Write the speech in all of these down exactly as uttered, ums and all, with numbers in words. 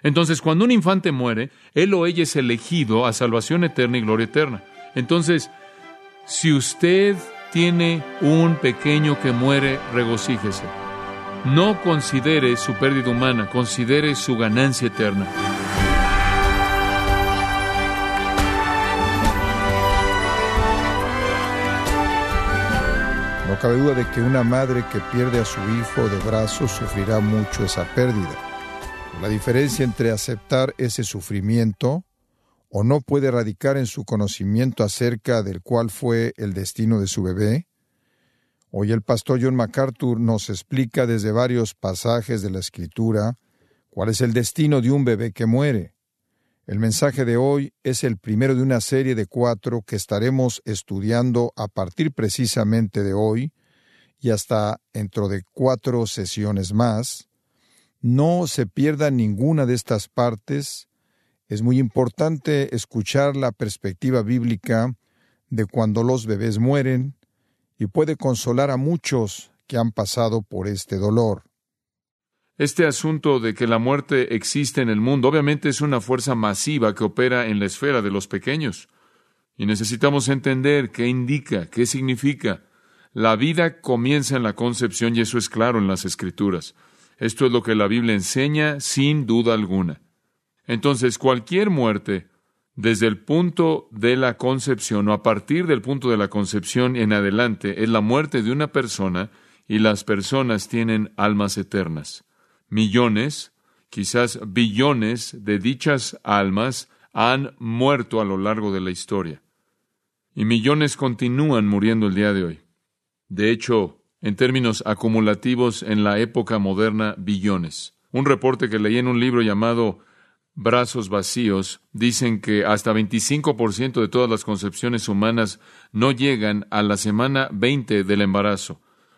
Entonces, cuando un infante muere, él o ella es elegido a salvación eterna y gloria eterna. Entonces, si usted tiene un pequeño que muere, regocíjese. No considere su pérdida humana, considere su ganancia eterna. No cabe duda de que una madre que pierde a su hijo de brazos sufrirá mucho esa pérdida. La diferencia entre aceptar ese sufrimiento o no puede radicar en su conocimiento acerca del cuál fue el destino de su bebé. Hoy el pastor John MacArthur nos explica desde varios pasajes de la Escritura cuál es el destino de un bebé que muere. El mensaje de hoy es el primero de una serie de cuatro que estaremos estudiando a partir precisamente de hoy y hasta dentro de cuatro sesiones más. No se pierda ninguna de estas partes. Es muy importante escuchar la perspectiva bíblica de cuando los bebés mueren y puede consolar a muchos que han pasado por este dolor. Este asunto de que la muerte existe en el mundo, obviamente es una fuerza masiva que opera en la esfera de los pequeños. Y necesitamos entender qué indica, qué significa. La vida comienza en la concepción y eso es claro en las Escrituras. Esto es lo que la Biblia enseña sin duda alguna. Entonces, cualquier muerte, desde el punto de la concepción o a partir del punto de la concepción en adelante, es la muerte de una persona y las personas tienen almas eternas. Millones, quizás billones de dichas almas han muerto a lo largo de la historia. Y millones continúan muriendo el día de hoy. De hecho, en términos acumulativos en la época moderna, billones. Un reporte que leí en un libro llamado Brazos Vacíos, dicen que hasta veinticinco por ciento de todas las concepciones humanas no llegan a la semana veinte del embarazo.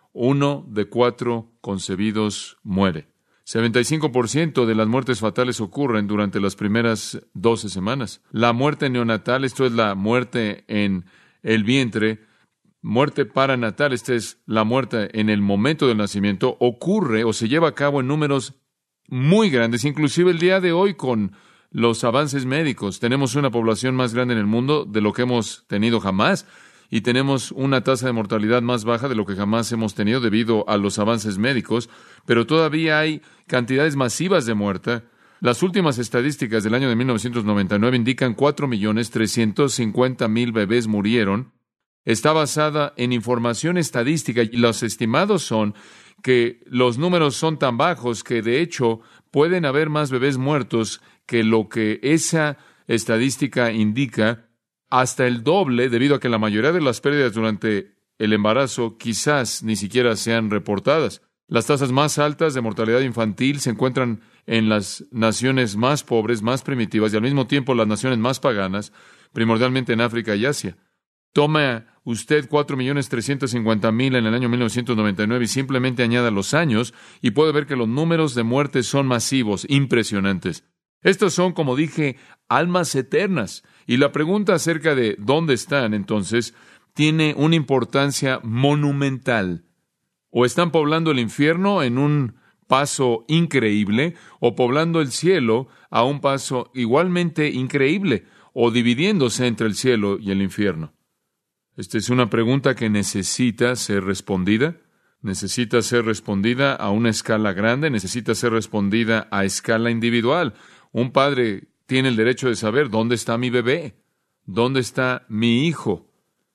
Uno de cuatro concebidos muere. setenta y cinco por ciento de las muertes fatales ocurren durante las primeras doce semanas. La muerte neonatal, esto es la muerte en el vientre, muerte paranatal, esta es la muerte en el momento del nacimiento, ocurre o se lleva a cabo en números muy grandes, inclusive el día de hoy con los avances médicos. Tenemos una población más grande en el mundo de lo que hemos tenido jamás y tenemos una tasa de mortalidad más baja de lo que jamás hemos tenido debido a los avances médicos, pero todavía hay cantidades masivas de muerte. Las últimas estadísticas del año de mil novecientos noventa y nueve indican cuatro millones trescientos cincuenta mil bebés murieron. Está basada en información estadística y los estimados son que los números son tan bajos que de hecho pueden haber más bebés muertos que lo que esa estadística indica, hasta el doble, debido a que la mayoría de las pérdidas durante el embarazo quizás ni siquiera sean reportadas. Las tasas más altas de mortalidad infantil se encuentran en las naciones más pobres, más primitivas y al mismo tiempo las naciones más paganas, primordialmente en África y Asia. Toma usted cuatro millones trescientos cincuenta mil en el año mil novecientos noventa y nueve y simplemente añada los años y puede ver que los números de muertes son masivos, impresionantes. Estos son, como dije, almas eternas. Y la pregunta acerca de dónde están, entonces, tiene una importancia monumental. O están poblando el infierno en un paso increíble, o poblando el cielo a un paso igualmente increíble, o dividiéndose entre el cielo y el infierno. Esta es una pregunta que necesita ser respondida. Necesita ser respondida a una escala grande, necesita ser respondida a escala individual. Un padre tiene el derecho de saber dónde está mi bebé, dónde está mi hijo,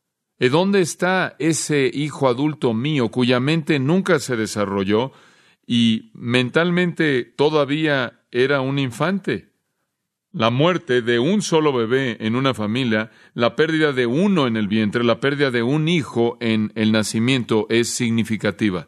y dónde está ese hijo adulto mío cuya mente nunca se desarrolló y mentalmente todavía era un infante. La muerte de un solo bebé en una familia, la pérdida de uno en el vientre, la pérdida de un hijo en el nacimiento es significativa.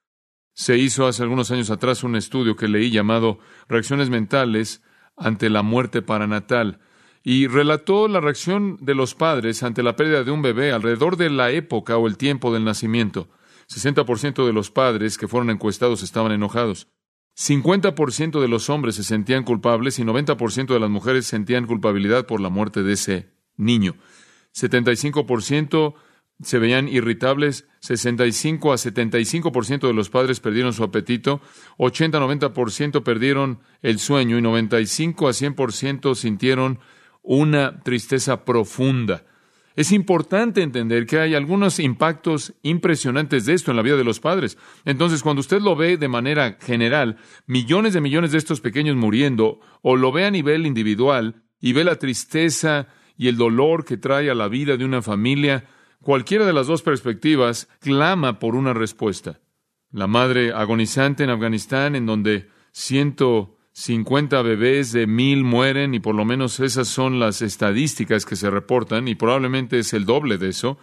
Se hizo hace algunos años atrás un estudio que leí llamado Reacciones mentales ante la muerte paranatal y relató la reacción de los padres ante la pérdida de un bebé alrededor de la época o el tiempo del nacimiento. sesenta por ciento de los padres que fueron encuestados estaban enojados. cincuenta por ciento de los hombres se sentían culpables y noventa por ciento de las mujeres sentían culpabilidad por la muerte de ese niño. setenta y cinco por ciento se veían irritables, sesenta y cinco a setenta y cinco por ciento de los padres perdieron su apetito, ochenta a noventa por ciento perdieron el sueño y noventa y cinco a cien por ciento sintieron una tristeza profunda. Es importante entender que hay algunos impactos impresionantes de esto en la vida de los padres. Entonces, cuando usted lo ve de manera general, millones de millones de estos pequeños muriendo, o lo ve a nivel individual y ve la tristeza y el dolor que trae a la vida de una familia, cualquiera de las dos perspectivas clama por una respuesta. La madre agonizante en Afganistán, en donde ciento cincuenta bebés de mil mueren, y por lo menos esas son las estadísticas que se reportan, y probablemente es el doble de eso.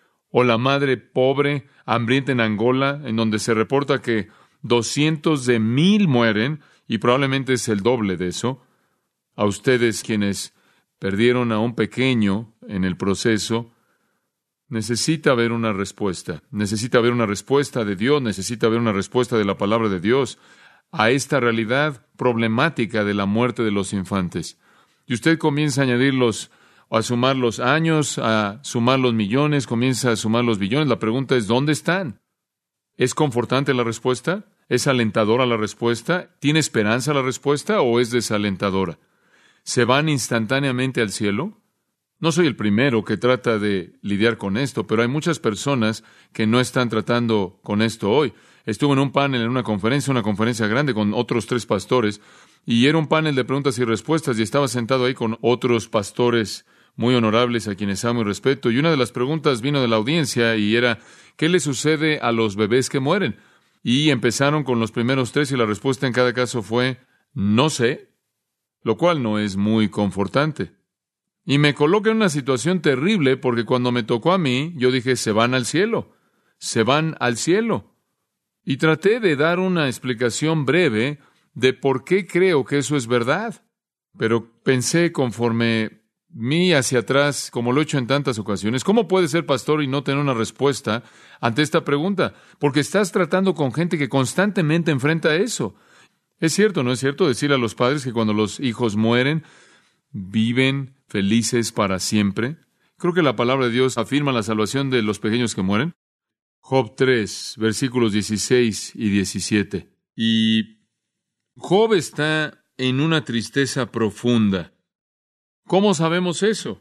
O la madre pobre, hambrienta en Angola, en donde se reporta que doscientos de mil mueren, y probablemente es el doble de eso. A ustedes quienes perdieron a un pequeño en el proceso, necesita haber una respuesta. Necesita haber una respuesta de Dios, necesita haber una respuesta de la palabra de Dios a esta realidad problemática de la muerte de los infantes. Y usted comienza a añadirlos, a sumar los años, a sumar los millones, comienza a sumar los billones. La pregunta es, ¿dónde están? ¿Es confortante la respuesta? ¿Es alentadora la respuesta? ¿Tiene esperanza la respuesta o es desalentadora? ¿Se van instantáneamente al cielo? No soy el primero que trata de lidiar con esto, pero hay muchas personas que no están tratando con esto hoy. Estuve en un panel, en una conferencia, una conferencia grande con otros tres pastores, y era un panel de preguntas y respuestas, y estaba sentado ahí con otros pastores muy honorables a quienes amo y respeto, y una de las preguntas vino de la audiencia y era, ¿qué le sucede a los bebés que mueren? Y empezaron con los primeros tres y la respuesta en cada caso fue, no sé, lo cual no es muy confortante. Y me coloca en una situación terrible porque cuando me tocó a mí, yo dije, se van al cielo, se van al cielo. Y traté de dar una explicación breve de por qué creo que eso es verdad. Pero pensé conforme mí hacia atrás, como lo he hecho en tantas ocasiones, ¿cómo puedes ser pastor y no tener una respuesta ante esta pregunta? Porque estás tratando con gente que constantemente enfrenta eso. Es cierto, ¿no es cierto? Decirle a los padres que cuando los hijos mueren, viven felices para siempre. Creo que la palabra de Dios afirma la salvación de los pequeños que mueren. Job tres, versículos dieciséis y diecisiete. Y Job está en una tristeza profunda. ¿Cómo sabemos eso?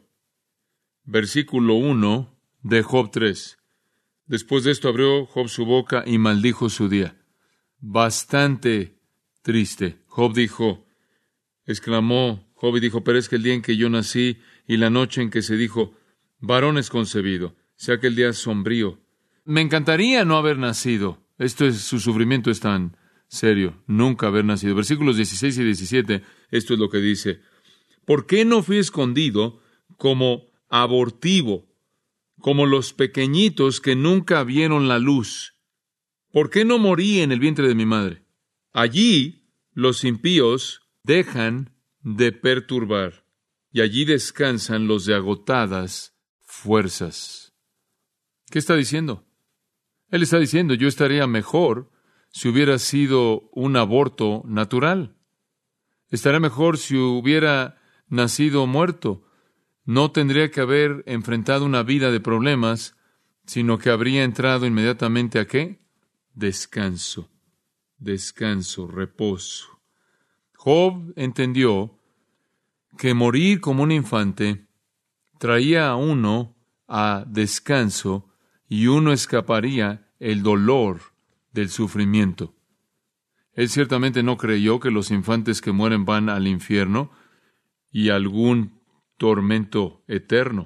Versículo uno de Job tres. Después de esto abrió Job su boca y maldijo su día. Bastante triste. Job dijo, exclamó Job y dijo, pero es que el día en que yo nací y la noche en que se dijo, varón es concebido, sea que el día sombrío. Me encantaría no haber nacido. Esto es, su sufrimiento es tan serio, nunca haber nacido. Versículos dieciséis y diecisiete, esto es lo que dice. ¿Por qué no fui escondido como abortivo, como los pequeñitos que nunca vieron la luz? ¿Por qué no morí en el vientre de mi madre? Allí los impíos dejan de perturbar, y allí descansan los de agotadas fuerzas. ¿Qué está diciendo? Él está diciendo, yo estaría mejor si hubiera sido un aborto natural. Estaría mejor si hubiera nacido muerto. No tendría que haber enfrentado una vida de problemas, sino que habría entrado inmediatamente ¿a qué? Descanso, descanso, reposo. Job entendió que morir como un infante traía a uno a descanso y uno escaparía el dolor del sufrimiento. Él ciertamente no creyó que los infantes que mueren van al infierno y a algún tormento eterno,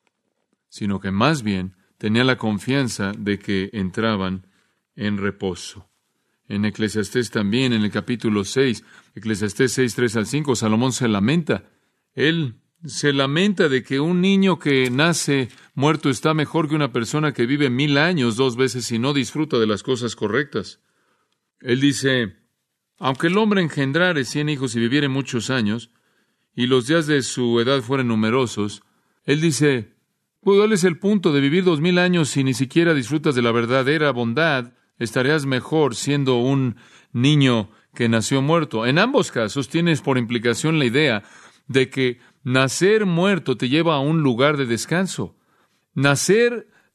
sino que más bien tenía la confianza de que entraban en reposo. En Eclesiastés también, en el capítulo seis, Eclesiastés seis, tres al cinco, Salomón se lamenta. Él se lamenta de que un niño que nace muerto está mejor que una persona que vive mil años dos veces y no disfruta de las cosas correctas. Él dice, aunque el hombre engendrare cien hijos y viviere muchos años, y los días de su edad fueren numerosos, él dice, ¿cuál es el punto de vivir dos mil años si ni siquiera disfrutas de la verdadera bondad? Estarías mejor siendo un niño que nació muerto. En ambos casos tienes por implicación la idea de que nacer muerto te lleva a un lugar de descanso. Nacer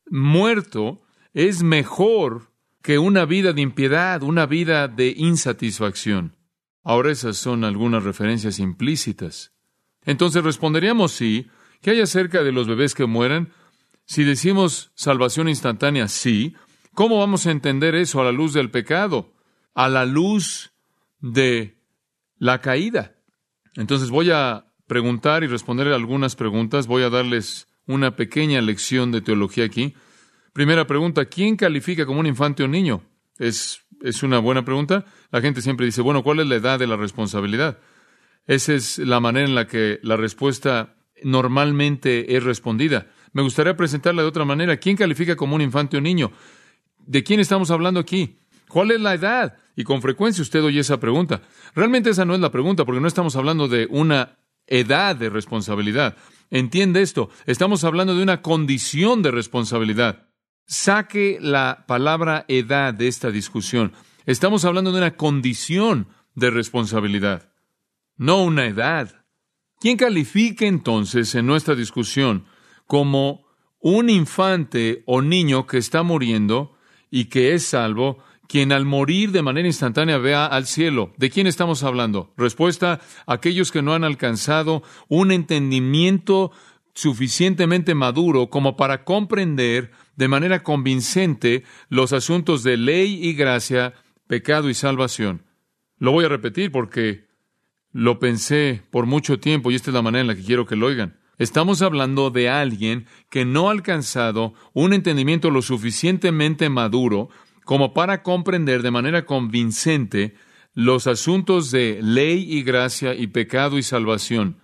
muerto es mejor que una vida de impiedad, una vida de insatisfacción. Ahora esas son algunas referencias implícitas. Entonces responderíamos sí. ¿Qué hay acerca de los bebés que mueren? Si decimos salvación instantánea, sí. ¿Cómo vamos a entender eso a la luz del pecado? A la luz de la caída. Entonces voy a preguntar y responder algunas preguntas. Voy a darles una pequeña lección de teología aquí. Primera pregunta, ¿quién califica como un infante o niño? Es, es una buena pregunta. La gente siempre dice, bueno, ¿cuál es la edad de la responsabilidad? Esa es la manera en la que la respuesta normalmente es respondida. Me gustaría presentarla de otra manera. ¿Quién califica como un infante o niño? ¿De quién estamos hablando aquí? ¿Cuál es la edad? Y con frecuencia usted oye esa pregunta. Realmente esa no es la pregunta, porque no estamos hablando de una edad de responsabilidad. Entiende esto. Estamos hablando de una condición de responsabilidad. Saque la palabra edad de esta discusión. Estamos hablando de una condición de responsabilidad, no una edad. ¿Quién califica entonces en nuestra discusión como un infante o niño que está muriendo y que es salvo, quien al morir de manera instantánea vea al cielo? ¿De quién estamos hablando? Respuesta, aquellos que no han alcanzado un entendimiento suficientemente maduro como para comprender de manera convincente los asuntos de ley y gracia, pecado y salvación. Lo voy a repetir porque lo pensé por mucho tiempo y esta es la manera en la que quiero que lo oigan. Estamos hablando de alguien que no ha alcanzado un entendimiento lo suficientemente maduro como para comprender de manera convincente los asuntos de ley y gracia y pecado y salvación.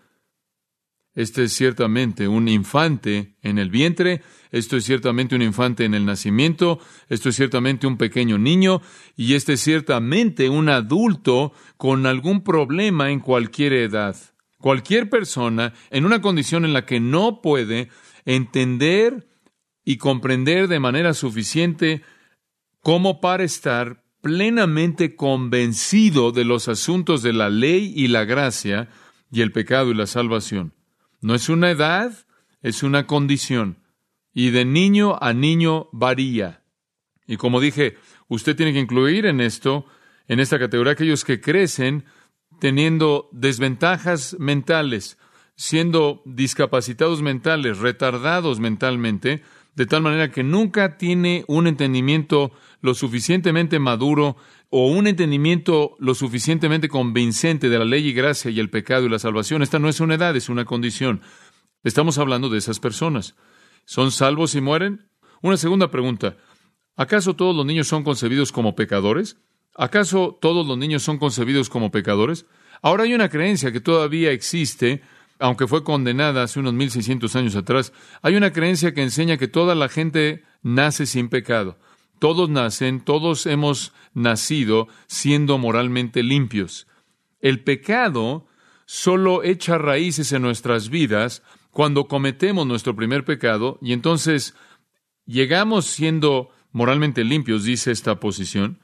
Este es ciertamente un infante en el vientre, esto es ciertamente un infante en el nacimiento, esto es ciertamente un pequeño niño, y este es ciertamente un adulto con algún problema en cualquier edad. Cualquier persona en una condición en la que no puede entender y comprender de manera suficiente como para estar plenamente convencido de los asuntos de la ley y la gracia y el pecado y la salvación. No es una edad, es una condición. Y de niño a niño varía. Y como dije, usted tiene que incluir en esto, en esta categoría, aquellos que crecen teniendo desventajas mentales, siendo discapacitados mentales, retardados mentalmente, de tal manera que nunca tiene un entendimiento lo suficientemente maduro o un entendimiento lo suficientemente convincente de la ley y gracia y el pecado y la salvación. Esta no es una edad, es una condición. Estamos hablando de esas personas. ¿Son salvos y mueren? Una segunda pregunta. ¿Acaso todos los niños son concebidos como pecadores? ¿Acaso todos los niños son concebidos como pecadores? Ahora hay una creencia que todavía existe, aunque fue condenada hace unos mil seiscientos años atrás. Hay una creencia que enseña que toda la gente nace sin pecado. Todos nacen, todos hemos nacido siendo moralmente limpios. El pecado solo echa raíces en nuestras vidas cuando cometemos nuestro primer pecado y entonces llegamos siendo moralmente limpios, dice esta posición,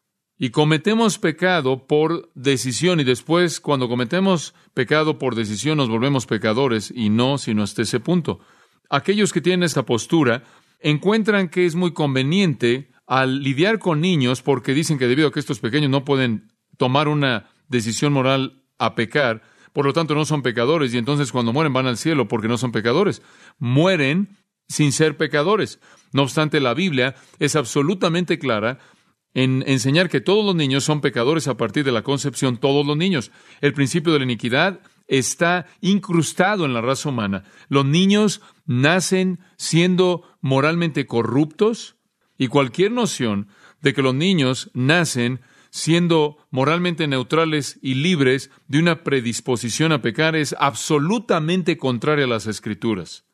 y cometemos pecado por decisión y después cuando cometemos pecado por decisión nos volvemos pecadores y no sino hasta ese punto. Aquellos que tienen esta postura encuentran que es muy conveniente al lidiar con niños porque dicen que debido a que estos pequeños no pueden tomar una decisión moral a pecar, por lo tanto no son pecadores y entonces cuando mueren van al cielo porque no son pecadores. Mueren sin ser pecadores. No obstante, la Biblia es absolutamente clara en enseñar que todos los niños son pecadores a partir de la concepción, todos los niños. El principio de la iniquidad está incrustado en la raza humana. Los niños nacen siendo moralmente corruptos y cualquier noción de que los niños nacen siendo moralmente neutrales y libres de una predisposición a pecar es absolutamente contraria a las Escrituras.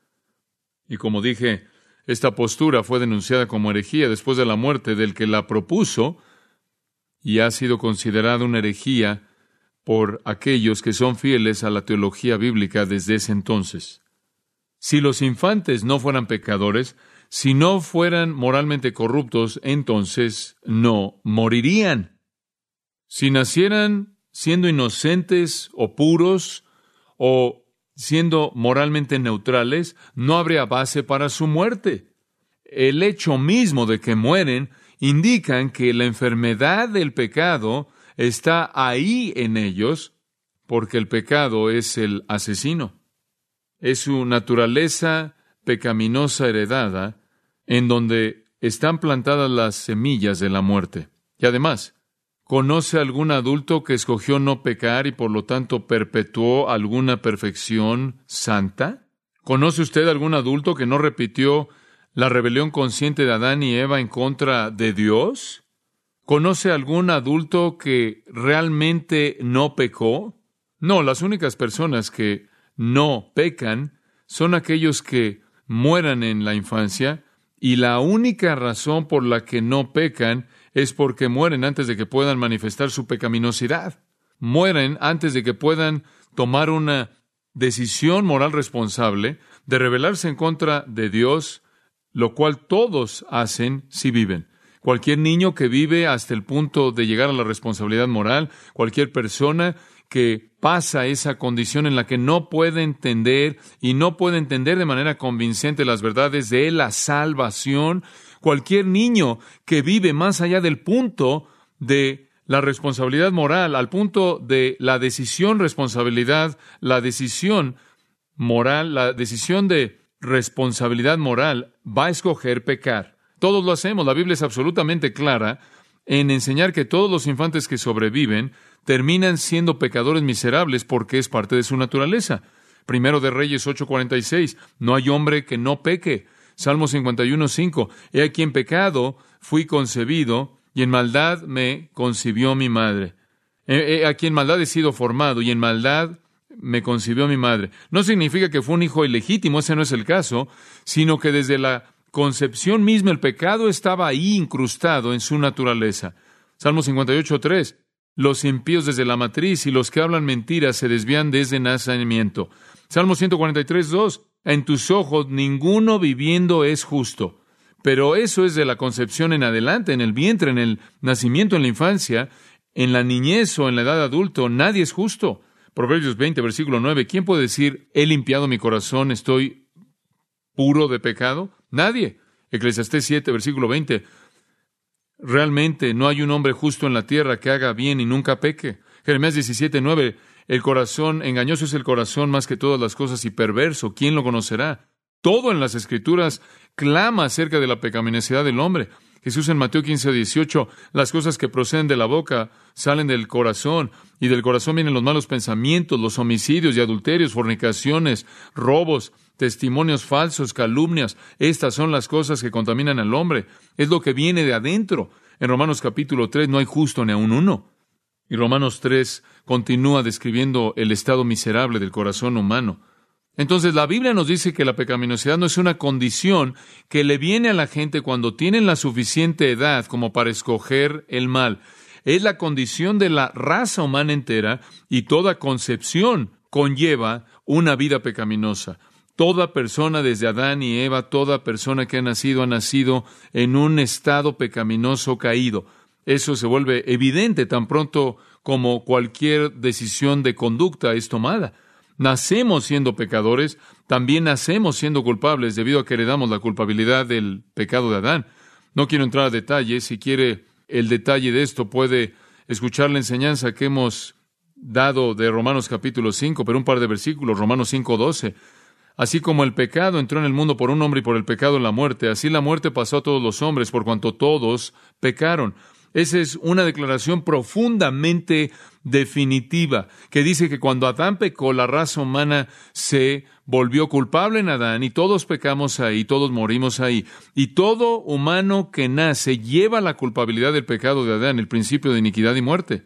Y como dije, esta postura fue denunciada como herejía después de la muerte del que la propuso y ha sido considerada una herejía por aquellos que son fieles a la teología bíblica desde ese entonces. Si los infantes no fueran pecadores, si no fueran moralmente corruptos, entonces no morirían. Si nacieran siendo inocentes o puros o siendo moralmente neutrales, no habría base para su muerte. el hecho mismo de que mueren indican que la enfermedad del pecado está ahí en ellos, porque el pecado es el asesino. Es su naturaleza pecaminosa heredada, en donde están plantadas las semillas de la muerte. Y además, ¿conoce algún adulto que escogió no pecar y por lo tanto perpetuó alguna perfección santa? ¿Conoce usted algún adulto que no repitió la rebelión consciente de Adán y Eva en contra de Dios? ¿Conoce algún adulto que realmente no pecó? No, las únicas personas que no pecan son aquellos que mueran en la infancia, y la única razón por la que no pecan es porque mueren antes de que puedan manifestar su pecaminosidad. Mueren antes de que puedan tomar una decisión moral responsable de rebelarse en contra de Dios, lo cual todos hacen si viven. Cualquier niño que vive hasta el punto de llegar a la responsabilidad moral, cualquier persona que pasa esa condición en la que no puede entender y no puede entender de manera convincente las verdades de la salvación, cualquier niño que vive más allá del punto de la responsabilidad moral, al punto de la decisión responsabilidad, la decisión moral, la decisión de responsabilidad moral, va a escoger pecar. Todos lo hacemos. La Biblia es absolutamente clara en enseñar que todos los infantes que sobreviven terminan siendo pecadores miserables porque es parte de su naturaleza. Primero de Reyes ocho cuarenta y seis, no hay hombre que no peque. Salmo cincuenta y uno cinco, he aquí en pecado fui concebido y en maldad me concibió mi madre. He aquí en maldad he sido formado y en maldad me concibió mi madre. No significa que fue un hijo ilegítimo, ese no es el caso, sino que desde la concepción misma el pecado estaba ahí incrustado en su naturaleza. Salmo cincuenta y ocho tres, los impíos desde la matriz y los que hablan mentiras se desvían desde nacimiento. Salmo ciento cuarenta y tres dos, en tus ojos ninguno viviendo es justo. Pero eso es de la concepción en adelante, en el vientre, en el nacimiento, en la infancia, en la niñez o en la edad adulta, nadie es justo. Proverbios veinte, versículo nueve, ¿quién puede decir, he limpiado mi corazón, estoy puro de pecado? Nadie. Eclesiastés siete, versículo veinte, realmente no hay un hombre justo en la tierra que haga bien y nunca peque. Jeremías diecisiete nueve, el corazón engañoso es el corazón más que todas las cosas y perverso, ¿quién lo conocerá? Todo en las Escrituras clama acerca de la pecaminosidad del hombre. Jesús en Mateo quince dieciocho, las cosas que proceden de la boca salen del corazón, y del corazón vienen los malos pensamientos, los homicidios y adulterios, fornicaciones, robos, testimonios falsos, calumnias. Estas son las cosas que contaminan al hombre. Es lo que viene de adentro. En Romanos capítulo tres no hay justo ni aun uno. Y Romanos tres continúa describiendo el estado miserable del corazón humano. Entonces, la Biblia nos dice que la pecaminosidad no es una condición que le viene a la gente cuando tienen la suficiente edad como para escoger el mal. Es la condición de la raza humana entera, y toda concepción conlleva una vida pecaminosa. Toda persona desde Adán y Eva, toda persona que ha nacido, ha nacido en un estado pecaminoso caído. Eso se vuelve evidente tan pronto como cualquier decisión de conducta es tomada. Nacemos siendo pecadores, también nacemos siendo culpables debido a que heredamos la culpabilidad del pecado de Adán. No quiero entrar a detalles. Si quiere el detalle de esto, puede escuchar la enseñanza que hemos dado de Romanos capítulo cinco, pero un par de versículos, Romanos cinco doce. Así como el pecado entró en el mundo por un hombre y por el pecado la muerte, así la muerte pasó a todos los hombres por cuanto todos pecaron. Esa es una declaración profundamente definitiva, que dice que cuando Adán pecó, la raza humana se volvió culpable en Adán, y todos pecamos ahí, todos morimos ahí. Y todo humano que nace lleva la culpabilidad del pecado de Adán, el principio de iniquidad y muerte.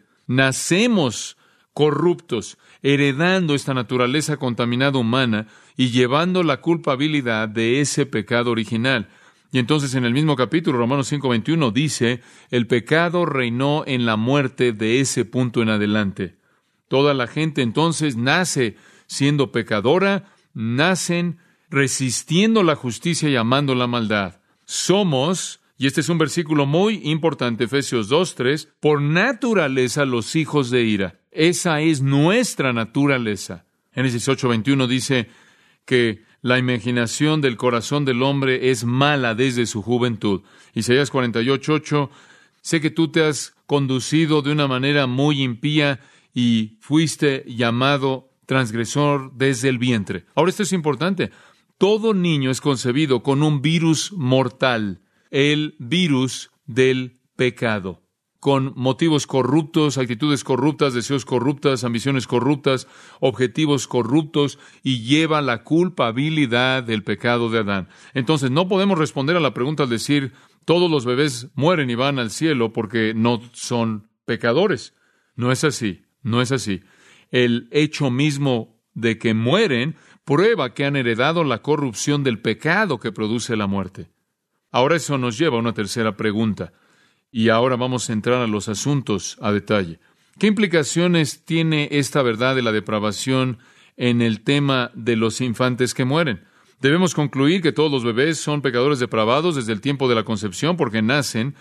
Nacemos corruptos, heredando esta naturaleza contaminada humana y llevando la culpabilidad de ese pecado original. Y entonces en el mismo capítulo, Romanos cinco veintiuno, dice, el pecado reinó en la muerte de ese punto en adelante. Toda la gente entonces nace siendo pecadora, nacen resistiendo la justicia y amando la maldad. Somos, y este es un versículo muy importante, Efesios dos tres, por naturaleza los hijos de ira. Esa es nuestra naturaleza. Génesis ocho veintiuno dice que La imaginación del corazón del hombre es mala desde su juventud. Isaías cuarenta y ocho, ocho, sé que tú te has conducido de una manera muy impía y fuiste llamado transgresor desde el vientre. Ahora, esto es importante. Todo niño es concebido con un virus mortal, el virus del pecado, con motivos corruptos, actitudes corruptas, deseos corruptas, ambiciones corruptas, objetivos corruptos, y lleva la culpabilidad del pecado de Adán. Entonces, no podemos responder a la pregunta al decir, todos los bebés mueren y van al cielo porque no son pecadores. No es así, no es así. El hecho mismo de que mueren prueba que han heredado la corrupción del pecado que produce la muerte. Ahora eso nos lleva a una tercera pregunta. Y ahora vamos a entrar a los asuntos a detalle. ¿Qué implicaciones tiene esta verdad de la depravación en el tema de los infantes que mueren? Debemos concluir que todos los bebés son pecadores depravados desde el tiempo de la concepción porque nacen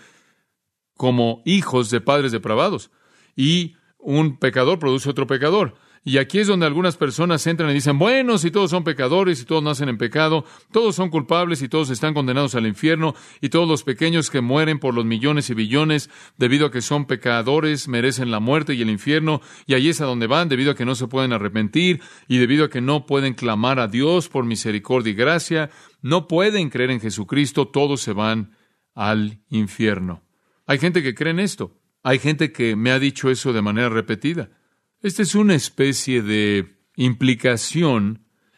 como hijos de padres depravados. Y un pecador produce otro pecador. Y aquí es donde algunas personas entran y dicen, bueno, si todos son pecadores y todos nacen en pecado, todos son culpables y todos están condenados al infierno, y todos los pequeños que mueren por los millones y billones debido a que son pecadores merecen la muerte y el infierno, y ahí es a donde van debido a que no se pueden arrepentir y debido a que no pueden clamar a Dios por misericordia y gracia, no pueden creer en Jesucristo, todos se van al infierno. Hay gente que cree en esto. Hay gente que me ha dicho eso de manera repetida. Esta es una especie de implicación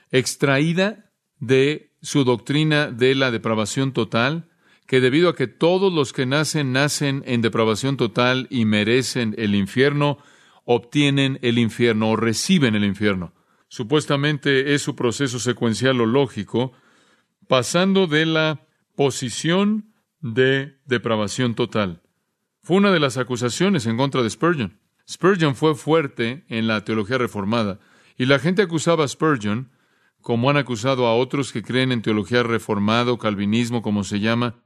extraída de su doctrina de la depravación total, que debido a que todos los que nacen, nacen en depravación total y merecen el infierno, obtienen el infierno o reciben el infierno. Supuestamente es su proceso secuencial o lógico, pasando de la posición de depravación total. Fue una de las acusaciones en contra de Spurgeon. Spurgeon fue fuerte en la teología reformada, y la gente acusaba a Spurgeon, como han acusado a otros que creen en teología reformada o calvinismo, como se llama,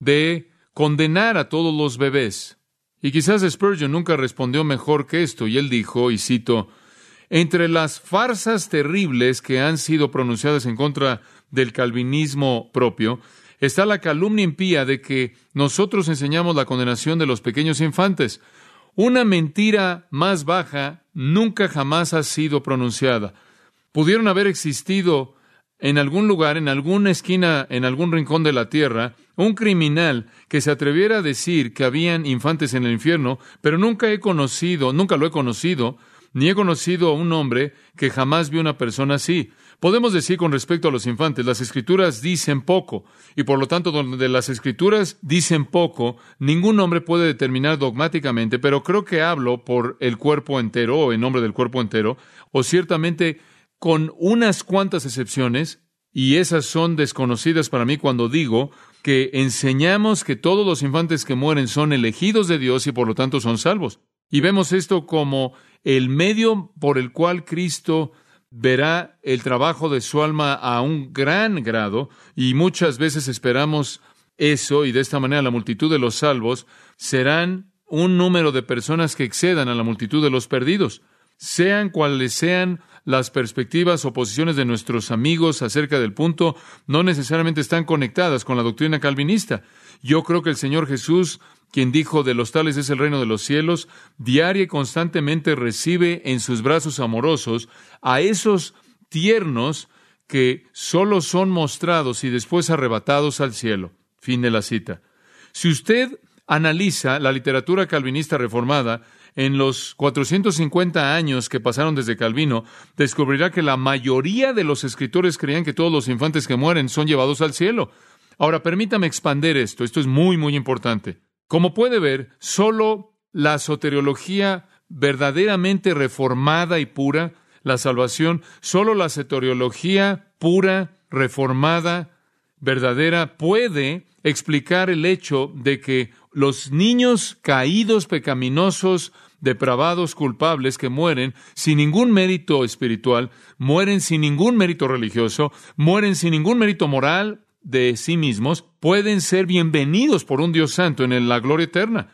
de condenar a todos los bebés. Y quizás Spurgeon nunca respondió mejor que esto, y él dijo, y cito, entre las farsas terribles que han sido pronunciadas en contra del calvinismo propio, está la calumnia impía de que nosotros enseñamos la condenación de los pequeños infantes. Una mentira más baja nunca jamás ha sido pronunciada. Pudieron haber existido en algún lugar, en alguna esquina, en algún rincón de la tierra, un criminal que se atreviera a decir que habían infantes en el infierno, pero nunca he conocido, nunca lo he conocido, ni he conocido a un hombre que jamás vio una persona así. Podemos decir con respecto a los infantes, las Escrituras dicen poco, y por lo tanto, donde las Escrituras dicen poco, ningún hombre puede determinar dogmáticamente, pero creo que hablo por el cuerpo entero, o en nombre del cuerpo entero, o ciertamente con unas cuantas excepciones, y esas son desconocidas para mí cuando digo que enseñamos que todos los infantes que mueren son elegidos de Dios y por lo tanto son salvos. Y vemos esto como el medio por el cual Cristo verá el trabajo de su alma a un gran grado, y muchas veces esperamos eso, y de esta manera la multitud de los salvos serán un número de personas que excedan a la multitud de los perdidos. Sean cuales sean las perspectivas o posiciones de nuestros amigos acerca del punto, no necesariamente están conectadas con la doctrina calvinista. Yo creo que el Señor Jesús, quien dijo, de los tales es el reino de los cielos, diaria y constantemente recibe en sus brazos amorosos a esos tiernos que solo son mostrados y después arrebatados al cielo. Fin de la cita. Si usted analiza la literatura calvinista reformada en los cuatrocientos cincuenta años que pasaron desde Calvino, descubrirá que la mayoría de los escritores creían que todos los infantes que mueren son llevados al cielo. Ahora, permítame expander esto. Esto es muy, muy importante. Como puede ver, solo la soteriología verdaderamente reformada y pura, la salvación, solo la soteriología pura, reformada, verdadera, puede explicar el hecho de que los niños caídos, pecaminosos, depravados, culpables que mueren sin ningún mérito espiritual, mueren sin ningún mérito religioso, mueren sin ningún mérito moral de sí mismos, pueden ser bienvenidos por un Dios santo en la gloria eterna.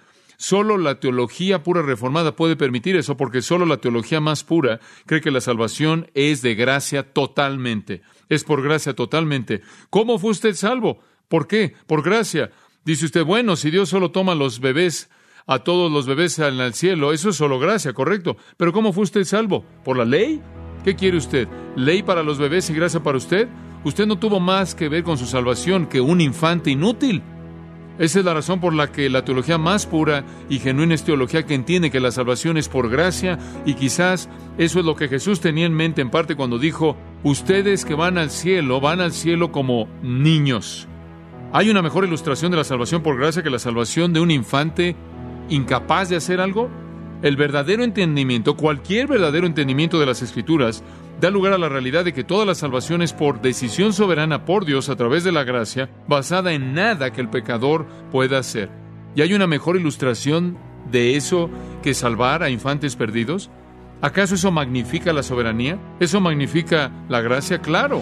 Solo la teología pura reformada puede permitir eso, porque solo la teología más pura cree que la salvación es de gracia totalmente. Es por gracia totalmente. ¿Cómo fue usted salvo? ¿Por qué? Por gracia. Dice usted, bueno, si Dios solo toma los bebés, a todos los bebés en el cielo, eso es solo gracia, correcto. Pero ¿cómo fue usted salvo? ¿Por la ley? ¿Qué quiere usted? ¿Ley para los bebés y gracia para usted? Usted no tuvo más que ver con su salvación que un infante inútil. Esa es la razón por la que la teología más pura y genuina es teología que entiende que la salvación es por gracia, y quizás eso es lo que Jesús tenía en mente en parte cuando dijo, ustedes que van al cielo, van al cielo como niños. ¿Hay una mejor ilustración de la salvación por gracia que la salvación de un infante incapaz de hacer algo? El verdadero entendimiento, cualquier verdadero entendimiento de las Escrituras, da lugar a la realidad de que toda la salvación es por decisión soberana por Dios a través de la gracia, basada en nada que el pecador pueda hacer. ¿Y hay una mejor ilustración de eso que salvar a infantes perdidos? ¿Acaso eso magnifica la soberanía? ¿Eso magnifica la gracia? ¡Claro!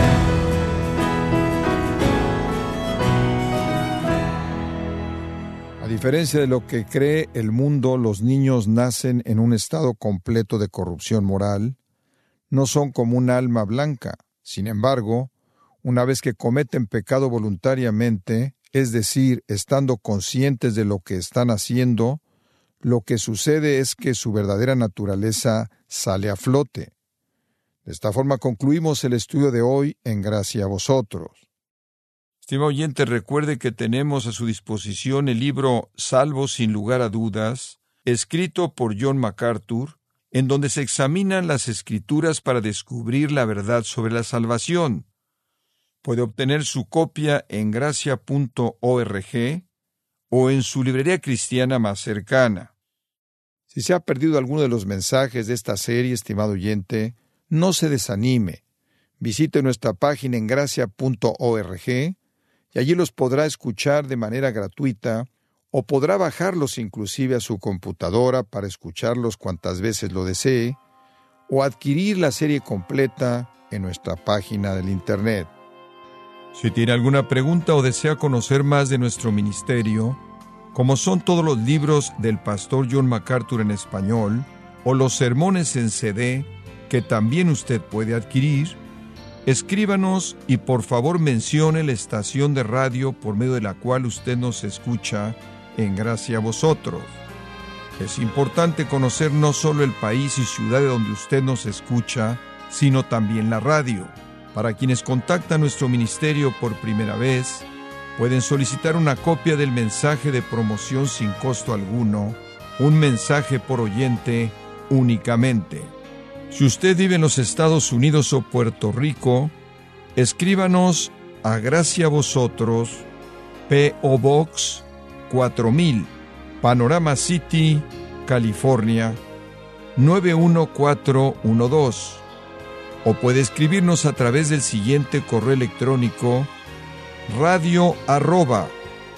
A diferencia de lo que cree el mundo, los niños nacen en un estado completo de corrupción moral. No son como un alma blanca. Sin embargo, una vez que cometen pecado voluntariamente, es decir, estando conscientes de lo que están haciendo, lo que sucede es que su verdadera naturaleza sale a flote. De esta forma concluimos el estudio de hoy en Gracia a Vosotros. Estimado oyente, recuerde que tenemos a su disposición el libro Salvo sin lugar a dudas, escrito por John MacArthur, en donde se examinan las Escrituras para descubrir la verdad sobre la salvación. Puede obtener su copia en gracia punto org o en su librería cristiana más cercana. Si se ha perdido alguno de los mensajes de esta serie, estimado oyente, no se desanime. Visite nuestra página en gracia punto org y allí los podrá escuchar de manera gratuita, o podrá bajarlos inclusive a su computadora para escucharlos cuantas veces lo desee, o adquirir la serie completa en nuestra página del Internet. Si tiene alguna pregunta o desea conocer más de nuestro ministerio, como son todos los libros del pastor John MacArthur en español, o los sermones en C D, que también usted puede adquirir, escríbanos y por favor mencione la estación de radio por medio de la cual usted nos escucha en Gracia a Vosotros. Es importante conocer no solo el país y ciudad de donde usted nos escucha, sino también la radio. Para quienes contactan nuestro ministerio por primera vez, pueden solicitar una copia del mensaje de promoción sin costo alguno, un mensaje por oyente únicamente. Si usted vive en los Estados Unidos o Puerto Rico, escríbanos a Gracia a Vosotros, P O Box cuatro mil, Panorama City, California, nueve uno cuatro uno dos. O puede escribirnos a través del siguiente correo electrónico, radio arroba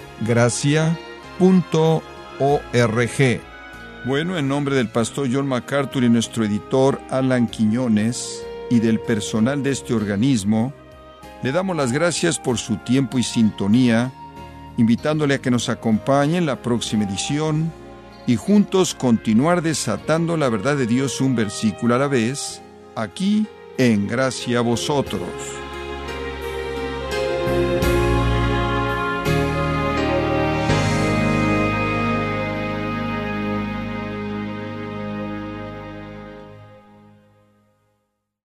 gracia punto org. Bueno, en nombre del pastor John MacArthur y nuestro editor Alan Quiñones y del personal de este organismo, le damos las gracias por su tiempo y sintonía, invitándole a que nos acompañe en la próxima edición y juntos continuar desatando la verdad de Dios un versículo a la vez, aquí en Gracia a Vosotros.